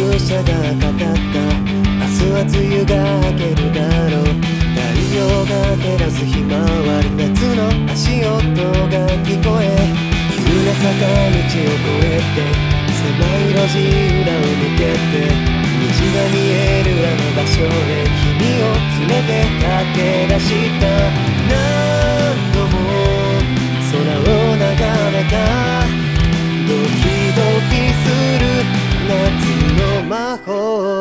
車がかかった明日は梅雨が明けるだろう。太陽が照らすひまわり夏の足音が聞こえ、急な坂道を越えて狭い路地裏を抜けて虹が見えるあの場所へ君を連れて駆け出した。何度も空を眺めたドキドキする夏の魔法